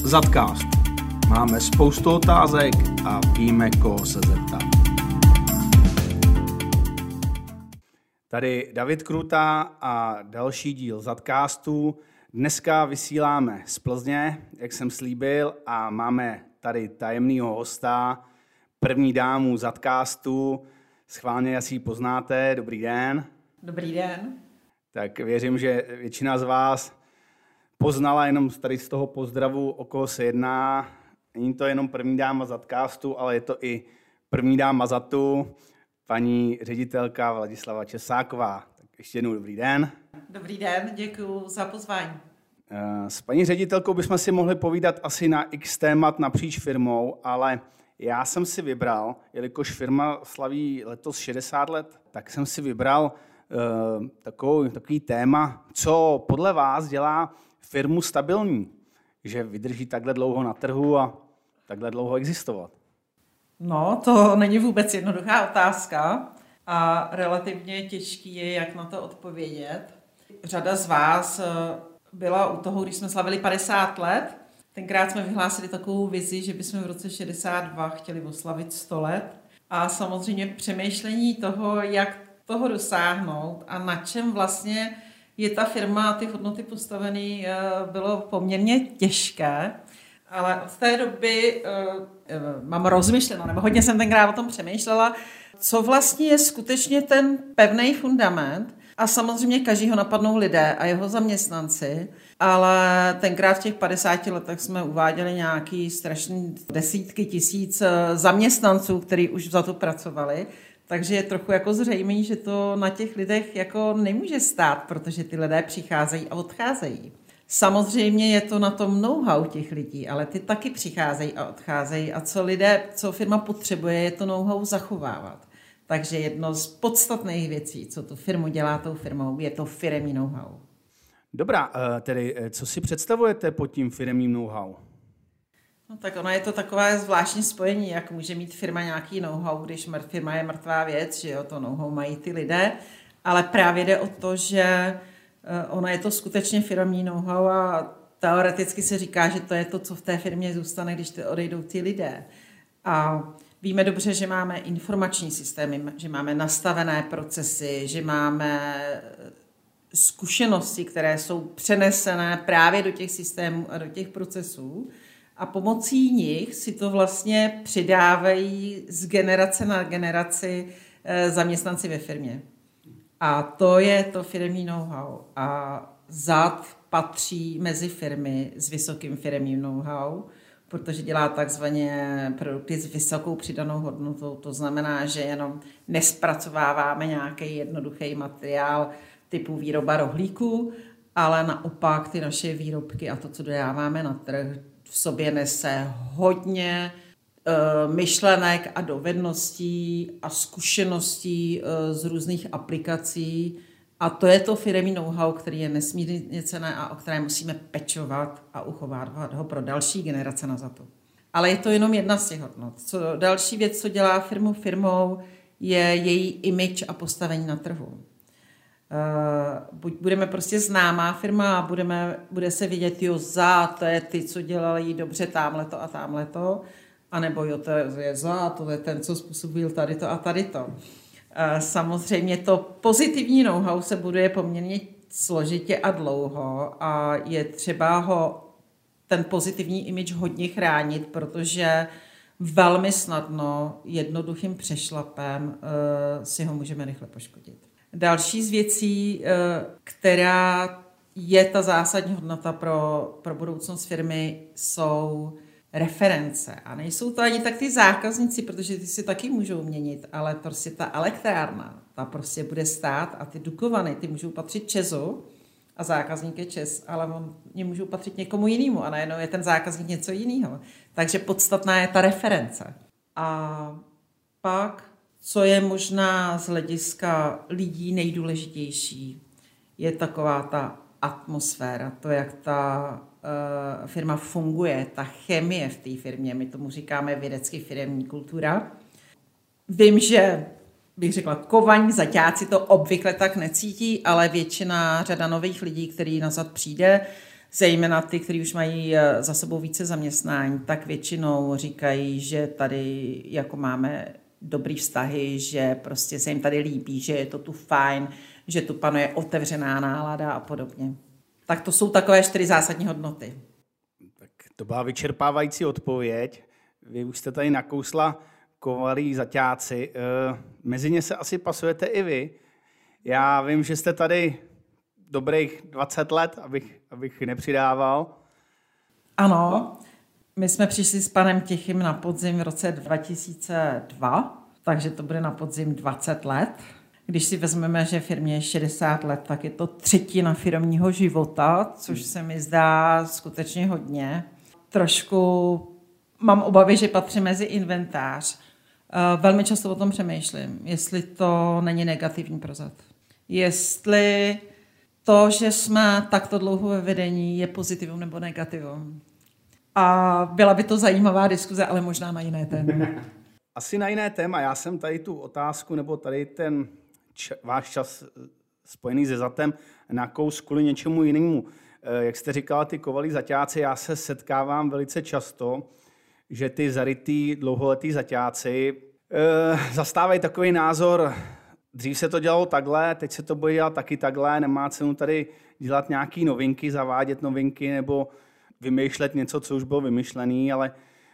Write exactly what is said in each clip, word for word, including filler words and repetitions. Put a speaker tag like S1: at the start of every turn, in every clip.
S1: Zadcast. Máme spoustu otázek a víme, koho se zeptat. Tady David Kruta a další díl Zadcastu. Dneska vysíláme z Plzně, jak jsem slíbil, a máme tady tajemného hosta, první dámu Zadcastu. Schválně asi ji poznáte. Dobrý den.
S2: Dobrý den.
S1: Tak věřím, že většina z vás poznala jenom tady z toho pozdravu, o koho se jedná. Není to jenom první dáma Zadcastu, ale je to i první dáma Zatu, paní ředitelka Vladislava Česáková. Tak ještě jednou dobrý den.
S2: Dobrý den, děkuji za pozvání.
S1: S paní ředitelkou bychom si mohli povídat asi na x témat napříč firmou, ale já jsem si vybral, jelikož firma slaví letos šedesát let, tak jsem si vybral uh, takový, takový téma, co podle vás dělá firmu stabilní, že vydrží takhle dlouho na trhu a takhle dlouho existovat.
S2: No, to není vůbec jednoduchá otázka a relativně těžký je, jak na to odpovědět. Řada z vás byla u toho, když jsme slavili padesát let. Tenkrát jsme vyhlásili takovou vizi, že bychom v roce šedesát dva chtěli oslavit sto let. A samozřejmě přemýšlení toho, jak toho dosáhnout a na čem vlastně je ta firma a ty hodnoty postavené, bylo poměrně těžké. Ale od té doby uh, mám rozmyšleno, nebo hodně jsem tenkrát o tom přemýšlela, co vlastně je skutečně ten pevný fundament. A samozřejmě každýho napadnou lidé a jeho zaměstnanci, ale tenkrát v těch padesáti letech jsme uváděli nějaký strašný desítky tisíc zaměstnanců, kteří už za to pracovali. Takže je trochu jako zřejmé, že to na těch lidech jako nemůže stát, protože ty lidé přicházejí a odcházejí. Samozřejmě je to na tom know-how těch lidí, ale ty taky přicházejí a odcházejí a co lidé, co firma potřebuje, je to know-how zachovávat. Takže jedno z podstatných věcí, co tu firmu dělá tou firmou, je to firemní know-how.
S1: Dobrá, tedy co si představujete pod tím firemním know-how?
S2: No tak ono je to takové zvláštní spojení, jak může mít firma nějaký know-how, když firma je mrtvá věc, že jo, to know-how mají ty lidé, ale právě jde o to, že ono je to skutečně firemní know-how a teoreticky se říká, že to je to, co v té firmě zůstane, když ty odejdou ty lidé. A víme dobře, že máme informační systémy, že máme nastavené procesy, že máme zkušenosti, které jsou přenesené právě do těch systémů a do těch procesů a pomocí nich si to vlastně přidávají z generace na generaci zaměstnanci ve firmě. A to je to firemní know-how. A Zad patří mezi firmy s vysokým firemním know-how, protože dělá takzvaně produkty s vysokou přidanou hodnotou. To znamená, že jenom nespracováváme nějaký jednoduchý materiál typu výroba rohlíků, ale naopak ty naše výrobky a to, co dodáváme na trh, v sobě nese hodně myšlenek a dovedností a zkušeností z různých aplikací. A to je to firemní know-how, který je nesmírně cenné a o které musíme pečovat a uchovávat ho pro další generace na Zatu. Ale je to jenom jedna z těch hodnot. Co další věc, co dělá firmu firmou, je její image a postavení na trhu. Buď budeme prostě známá firma a budeme, bude se vidět, jo, za, to je ty, co dělali dobře támhleto a támhleto, anebo jo, to je za, to je ten, co způsobil tady to a tady to. Samozřejmě to pozitivní know-how se buduje poměrně složitě a dlouho a je třeba ho, ten pozitivní image hodně chránit, protože velmi snadno, jednoduchým přešlapem si ho můžeme rychle poškodit. Další z věcí, která je ta zásadní hodnota pro, pro budoucnost firmy, jsou reference. A nejsou to ani tak ty zákazníci, protože ty si taky můžou měnit, ale prostě ta elektrárna, ta prostě bude stát a ty Dukovany, ty můžou patřit Česu a zákazník je Čes, ale oni můžou patřit někomu jinému a najednou je ten zákazník něco jiného. Takže podstatná je ta reference. A pak, co je možná z hlediska lidí nejdůležitější, je taková ta atmosféra, to, jak ta uh, firma funguje, ta chemie v té firmě, my tomu říkáme vědecky firemní kultura. Vím, že bych řekla, kovaní zaťáci to obvykle tak necítí, ale většina, řada nových lidí, který na Zad přijde, zejména ty, kteří už mají za sebou více zaměstnání, tak většinou říkají, že tady jako máme dobrý vztahy, že prostě se jim tady líbí, že je to tu fajn, že tu panuje otevřená nálada a podobně. Tak to jsou takové čtyři zásadní hodnoty.
S1: Tak to byla vyčerpávající odpověď. Vy už jste tady nakousla kovalí zaťáci. E, mezi ně se asi pasujete i vy. Já vím, že jste tady dobrých dvacet let, abych, abych nepřidával.
S2: Ano, my jsme přišli s panem Tichým na podzim v roce dva tisíce dva, takže to bude na podzim dvacet let. Když si vezmeme, že firmě je šedesát let, tak je to třetina firmního života, což se mi zdá skutečně hodně. Trošku mám obavy, že patří mezi inventář. Velmi často o tom přemýšlím, jestli to není negativní prozad. Jestli to, že jsme takto dlouho ve vedení, je pozitivum nebo negativum. A byla by to zajímavá diskuze, ale možná na jiné téma.
S1: Asi na jiné téma. Já jsem tady tu otázku, nebo tady ten č- váš čas spojený se zatem nakous kvůli něčemu jinému. Jak jste říkala, ty kovalí zaťáci, já se setkávám velice často, že ty zarytý dlouholetý zaťáci e, zastávají takový názor, dřív se to dělalo takhle, teď se to bude dělat taky takhle, nemá cenu tady dělat nějaké novinky, zavádět novinky nebo vymýšlet něco, co už bylo vymyšlené, ale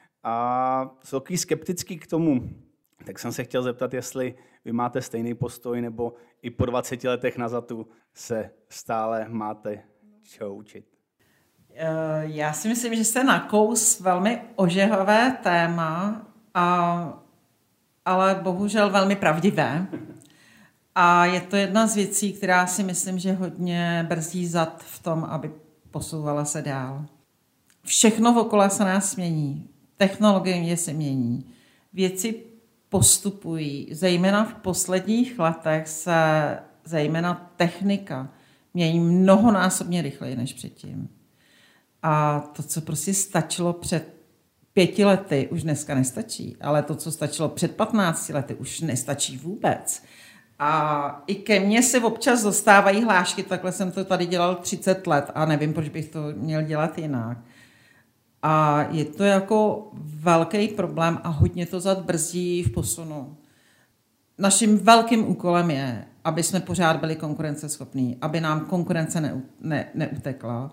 S1: a jsou takový skeptický k tomu. Tak jsem se chtěl zeptat, jestli vy máte stejný postoj, nebo i po dvaceti letech na zatu se stále máte čeho učit.
S2: Já si myslím, že jste nakous velmi ožehavé téma, a, ale bohužel velmi pravdivé. A je to jedna z věcí, která si myslím, že hodně brzdí zad v tom, aby posouvala se dál. Všechno okolo se nás mění. Technologie se mění. Věci postupují. Zejména v posledních letech se zejména technika mění mnohonásobně rychleji než předtím. A to, co prostě stačilo před pěti lety, už dneska nestačí. Ale to, co stačilo před patnácti lety, už nestačí vůbec. A i ke mně se občas dostávají hlášky, takhle jsem to tady dělal třicet let a nevím, proč bych to měl dělat jinak. A je to jako velký problém a hodně to zad brzdí v posunu. Naším velkým úkolem je, aby jsme pořád byli konkurenceschopní, aby nám konkurence ne, ne, neutekla.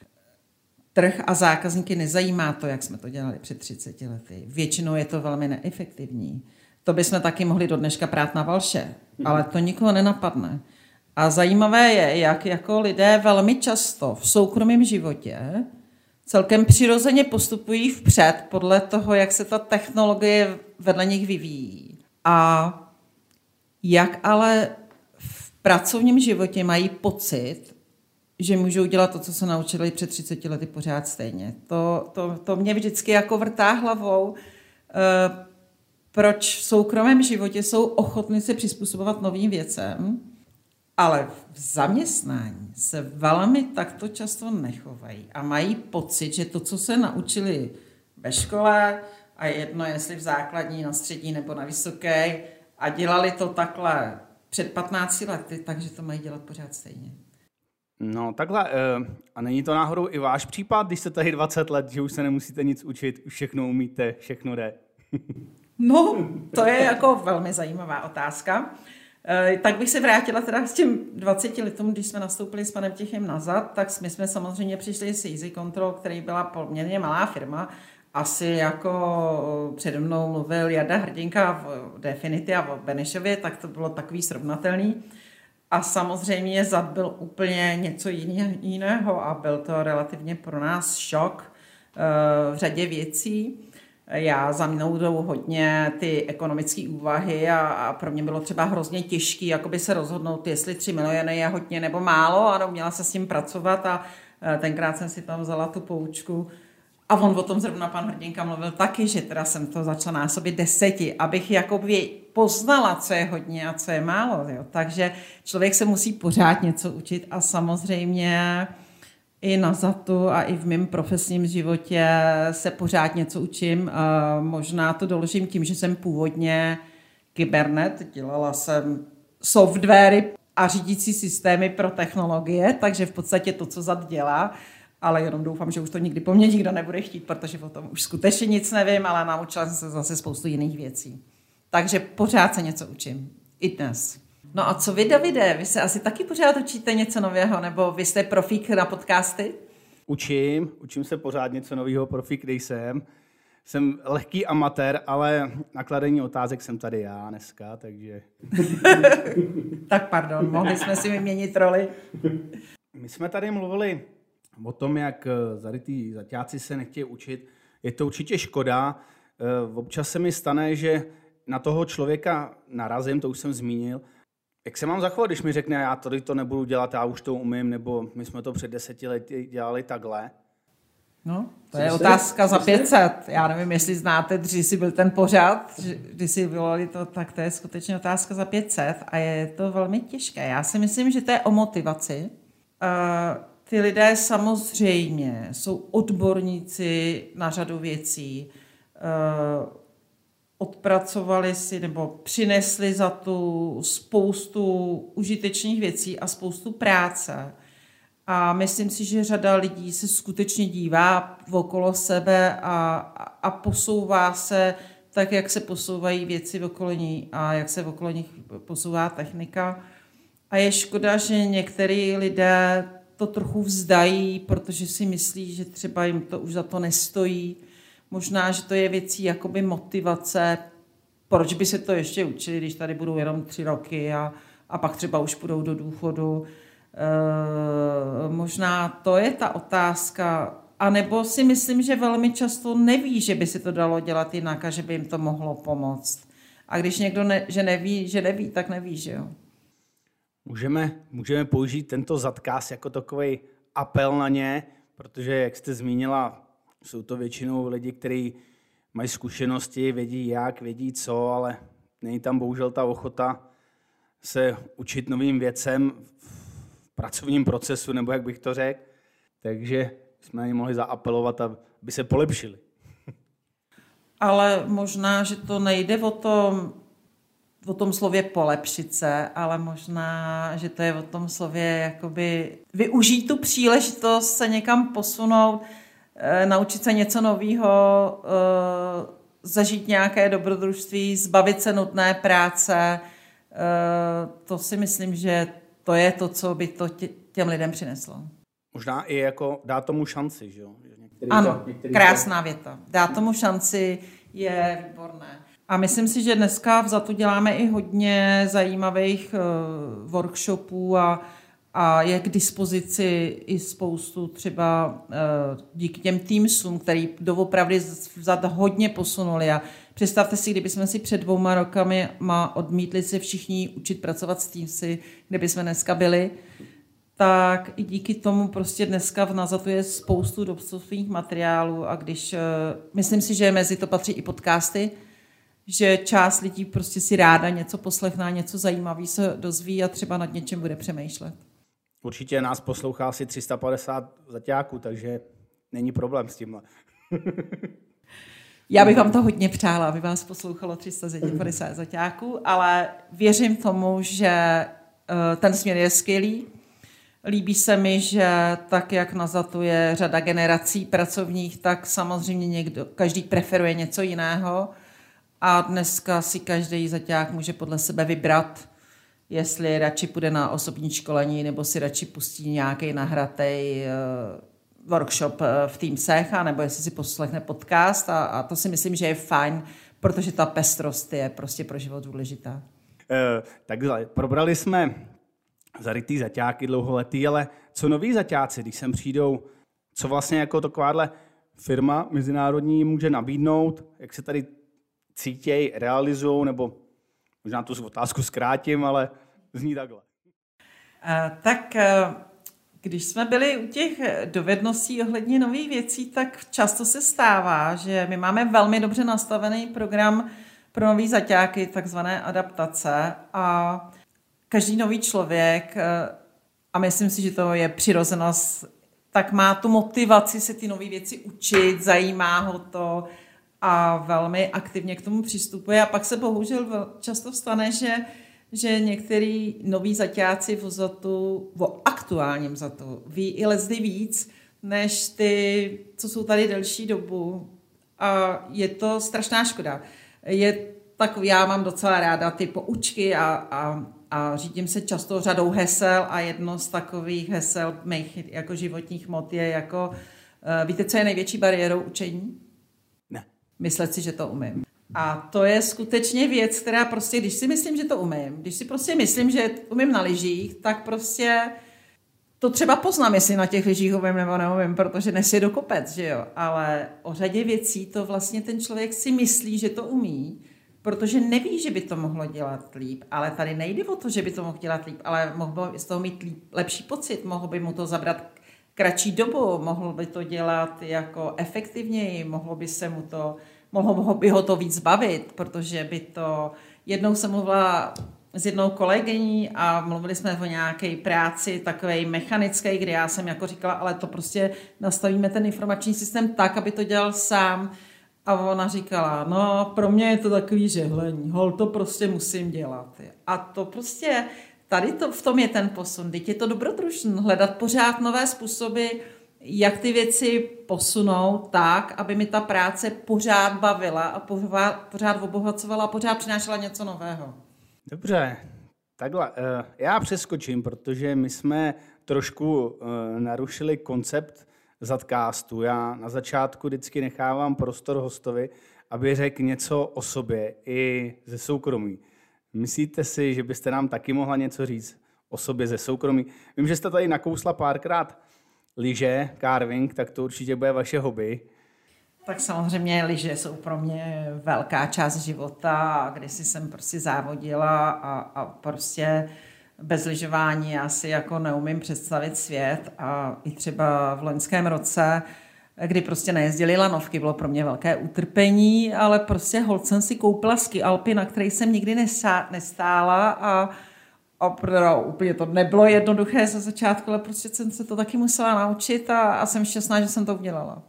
S2: Trh a zákazníky nezajímá to, jak jsme to dělali před třiceti lety. Většinou je to velmi neefektivní. To bychom taky mohli do dneška prát na valše, ale to nikoho nenapadne. A zajímavé je, jak jako lidé velmi často v soukromém životě celkem přirozeně postupují vpřed podle toho, jak se ta technologie vedle nich vyvíjí. A jak ale v pracovním životě mají pocit, že můžou dělat to, co se naučili před třiceti lety pořád stejně. To, to, to mě vždycky jako vrtá hlavou, e, proč v soukromém životě jsou ochotní se přizpůsobovat novým věcem, ale v zaměstnání se velmi takto často nechovají a mají pocit, že to, co se naučili ve škole, a jedno jestli v základní, na střední nebo na vysoké, a dělali to takhle před patnácti lety, takže to mají dělat pořád stejně.
S1: No takhle, a není to náhodou i váš případ, když jste tady dvacet let, že už se nemusíte nic učit, už všechno umíte, všechno jde?
S2: No, to je jako velmi zajímavá otázka. E, tak bych se vrátila teda s těm dvaceti letům, když jsme nastoupili s panem Tichým nazad, tak my jsme samozřejmě přišli s Easy Control, který byla poměrně malá firma. Asi jako přede mnou mluvil Jarda Hrdinka v Definity a v Benešově, tak to bylo takový srovnatelný. A samozřejmě zad byl úplně něco jiného a byl to relativně pro nás šok v řadě věcí. Já za mnou jdou hodně ty ekonomické úvahy a, a pro mě bylo třeba hrozně těžké jakoby se rozhodnout, jestli tři miliony je hodně nebo málo, a měla se s tím pracovat a tenkrát jsem si tam vzala tu poučku. A on o tom zrovna pan Hrdinka mluvil taky, že teda jsem to začala násobit deseti, abych jakoby poznala, co je hodně a co je málo. Jo. Takže člověk se musí pořád něco učit a samozřejmě i na zatu a i v mém profesním životě se pořád něco učím. A možná to doložím tím, že jsem původně kybernet, dělala jsem softwary a řídící systémy pro technologie, takže v podstatě to, co zat dělá. ale jenom doufám, že už to nikdy po mně nikdo nebude chtít, protože o tom už skutečně nic nevím, ale naučila jsem se zase spoustu jiných věcí. Takže pořád se něco učím. I dnes. No a co vy, Davide? Vy se asi taky pořád učíte něco nového, nebo vy jste profík na podcasty?
S1: Učím, učím se pořád něco nového, profík nejsem. Jsem lehký amatér, ale na kladení otázek jsem tady já dneska, takže...
S2: Tak pardon, mohli jsme si vyměnit roli.
S1: My jsme tady mluvili o tom, jak zarytý zaťáci se nechtějí učit. Je to určitě škoda. Občas se mi stane, že na toho člověka narazím, to už jsem zmínil. Jak se mám zachovat, když mi řekne, já tady to nebudu dělat, já už to umím, nebo my jsme to před deseti lety dělali takhle?
S2: No, to je otázka za pět set. Já nevím, jestli znáte, když jsi byl ten pořad, když si volali to, tak to je skutečně otázka za pět set a je to velmi těžké. Já si myslím, že to je o motivaci. Uh, ty lidé samozřejmě jsou odborníci na řadu věcí, uh, odpracovali si nebo přinesli za tu spoustu užitečných věcí a spoustu práce. A myslím si, že řada lidí se skutečně dívá okolo sebe a, a posouvá se tak, jak se posouvají věci okolo ní a jak se okolo nich posouvá technika. A je škoda, že některý lidé to trochu vzdají, protože si myslí, že třeba jim to už za to nestojí. Možná, že to je věcí jakoby motivace, proč by se to ještě učili, když tady budou jenom tři roky a, a pak třeba už půjdou do důchodu. E, možná to je ta otázka. A nebo si myslím, že velmi často neví, že by se to dalo dělat jinak a že by jim to mohlo pomoct. A když někdo ne, že neví, že neví, tak neví, že jo.
S1: Můžeme, můžeme použít tento zadkaz jako takový apel na ně, protože, jak jste zmínila, jsou to většinou lidi, kteří mají zkušenosti, vědí jak, vědí co, ale není tam bohužel ta ochota se učit novým věcem v pracovním procesu, nebo jak bych to řekl. Takže jsme na ně mohli zaapelovat, aby se polepšili.
S2: Ale možná, že to nejde o tom, o tom slově polepšit se, ale možná, že to je o tom slově jakoby využít tu příležitost se někam posunout, naučit se něco nového, zažít nějaké dobrodružství, zbavit se nutné práce. To si myslím, že to je to, co by to těm lidem přineslo.
S1: Možná i jako dát tomu šanci, že jo?
S2: Některý ano, to, krásná to... věta. Dát tomu šanci je výborné. A myslím si, že dneska v Zatu děláme i hodně zajímavých uh, workshopů a, a je k dispozici i spoustu třeba uh, díky těm Teamsům, který doopravdy Zat hodně posunuli. A představte si, kdybychom si před dvouma rokami ma odmítli se všichni učit pracovat s Teamsy, kde bychom dneska byli, tak i díky tomu prostě dneska v Zatu je spoustu dostupných materiálů a když, uh, myslím si, že mezi to patří i podcasty, že část lidí prostě si ráda něco poslechná, něco zajímavý se dozví a třeba nad něčem bude přemýšlet.
S1: Určitě nás poslouchá asi tři sta padesát zaťáků, takže není problém s tímhle.
S2: Já bych vám to hodně přála, aby vás poslouchalo tři sta padesát zaťáků, ale věřím tomu, že ten směr je skvělý. Líbí se mi, že tak, jak na Zatu je řada generací pracovních, tak samozřejmě někdo, každý preferuje něco jiného. A dneska si každý zaťák může podle sebe vybrat, jestli radši půjde na osobní školení, nebo si radši pustí nějaký nahratý uh, workshop uh, v Teamsech, nebo jestli si poslechne podcast. A, a to si myslím, že je fajn, protože ta pestrost je prostě pro život důležitá.
S1: E, takhle, probrali jsme zarytý zaťáky dlouholetý, ale co noví zaťáci, když sem přijdou, co vlastně jako takováhle firma mezinárodní může nabídnout, jak se tady cítěj, realizují, nebo možná tu otázku zkrátím, ale zní takhle.
S2: Uh, tak uh, když jsme byli u těch dovedností ohledně nových věcí, tak často se stává, že my máme velmi dobře nastavený program pro nový zaťáky, takzvané adaptace a každý nový člověk, uh, a myslím si, že to je přirozenost, tak má tu motivaci se ty nové věci učit, zajímá ho to, a velmi aktivně k tomu přistupuje. A pak se bohužel často stane, že, že některý noví zaťáci v Zatu, v aktuálním Zatu, ví i leckdy víc, než ty, co jsou tady delší dobu. A je to strašná škoda. Je tak, já mám docela ráda ty poučky a, a, a řídím se často řadou hesel a jedno z takových hesel mých jako životních mod je jako, víte, co je největší bariérou učení?
S1: Ne.
S2: Myslet si, že to umím. A to je skutečně věc, která prostě, když si myslím, že to umím, když si prostě myslím, že umím na lyžích, tak prostě to třeba poznám, jestli na těch lyžích umím nebo neumím, protože nesjedu kopec, že jo. Ale o řadě věcí to vlastně ten člověk si myslí, že to umí, protože neví, že by to mohlo dělat líp. Ale tady nejde o to, že by to mohl dělat líp, ale mohl by z toho mít líp, lepší pocit, mohl by mu to zabrat kratší dobu, mohl by to dělat jako efektivněji, mohlo by se mu to, mohlo by ho to víc bavit, protože by to, jednou jsem mluvila s jednou kolegyní a mluvili jsme o nějaké práci takové mechanické, kdy já jsem jako říkala, ale to prostě nastavíme ten informační systém tak, aby to dělal sám. A ona říkala, no pro mě je to takový žehlení, hol to prostě musím dělat. A to prostě, tady to, v tom je ten posun, teď je to dobrodružný, hledat pořád nové způsoby, jak ty věci posunout tak, aby mi ta práce pořád bavila a pořád, pořád obohacovala a pořád přinášela něco nového.
S1: Dobře, takhle. Já přeskočím, protože my jsme trošku narušili koncept Zadcastu. Já na začátku vždycky nechávám prostor hostovi, aby řekl něco o sobě i ze soukromí. Myslíte si, že byste nám taky mohla něco říct o sobě ze soukromí? Vím, že jste tady nakousla párkrát lyže, carving, tak to určitě bude vaše hobby.
S2: Tak samozřejmě lyže jsou pro mě velká část života, kdysi jsem prostě závodila a, a prostě bez lyžování asi jako neumím představit svět a i třeba v loňském roce, kdy prostě nejezdili lanovky, bylo pro mě velké utrpení, ale prostě holt jsem si koupila ski Alpy, na které jsem nikdy nestála a, a úplně to nebylo jednoduché ze začátku, ale prostě jsem se to taky musela naučit a, a jsem šťastná, že jsem to udělala.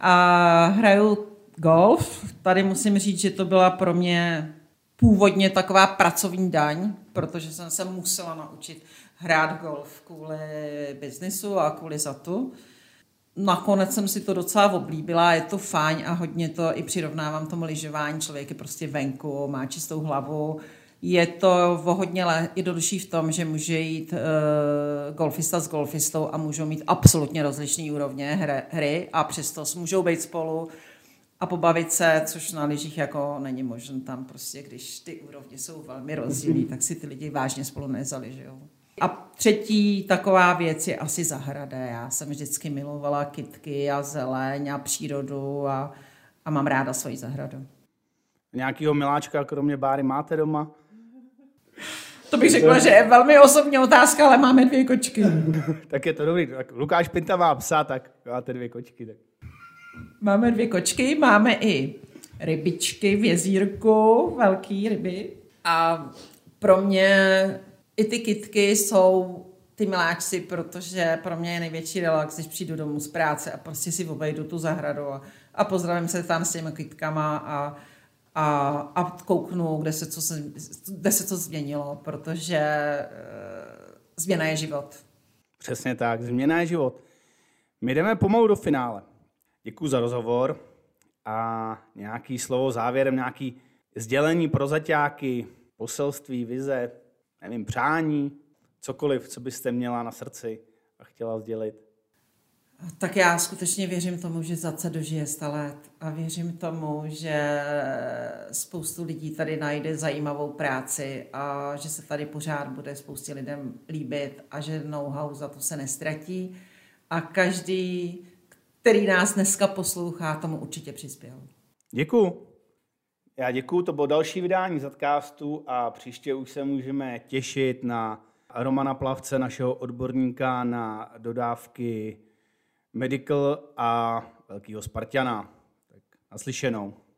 S2: A hraju golf. Tady musím říct, že to byla pro mě původně taková pracovní daň, protože jsem se musela naučit hrát golf kvůli biznisu a kvůli zatu. Nakonec jsem si to docela oblíbila, je to fajn a hodně to i přirovnávám tomu lyžování. Člověk je prostě venku, má čistou hlavu. Je to o hodně jednodušší v tom, že může jít uh, golfista s golfistou a můžou mít absolutně rozlišné úrovně hry, hry a přesto můžou být spolu a pobavit se, což na lyžích jako není možné. Tam prostě, když ty úrovně jsou velmi rozdílné, tak si ty lidi vážně spolu nezaližujou. A třetí taková věc je asi zahrada. Já jsem vždycky milovala kytky a zeleň a přírodu a, a mám ráda svoji zahradu.
S1: Nějakýho miláčka kromě Báry máte doma?
S2: To bych řekla, že je velmi osobní otázka, ale máme dvě kočky.
S1: Tak je to dobrý. Tak Lukáš Pinta má psa, tak máte dvě kočky. Tak.
S2: Máme dvě kočky, máme i rybičky v jezírku, velký ryby. A pro mě i ty kytky jsou ty miláčci, protože pro mě je největší relax, když přijdu domů z práce a prostě si obejdu tu zahradu a, a pozdravím se tam s těmi kytkama a A, a kouknu, kde se, co se, kde se co změnilo, protože e, změna je život.
S1: Přesně tak, změna je život. My jdeme pomalu do finále. Děkuji za rozhovor a nějaký slovo závěrem, nějaký sdělení pro zaťáky, poselství, vize, nevím, přání, cokoliv, co byste měla na srdci a chtěla sdělit.
S2: Tak já skutečně věřím tomu, že Zadce dožije sto let a věřím tomu, že spoustu lidí tady najde zajímavou práci a že se tady pořád bude spoustě lidem líbit a že know-how za to se nestratí a každý, který nás dneska poslouchá, tomu určitě přispěl.
S1: Děkuju. Já děkuju, to bylo další vydání Zadcastu a příště už se můžeme těšit na Romana Plavce, našeho odborníka na dodávky Medical a velkýho Spartana. Tak naslyšenou.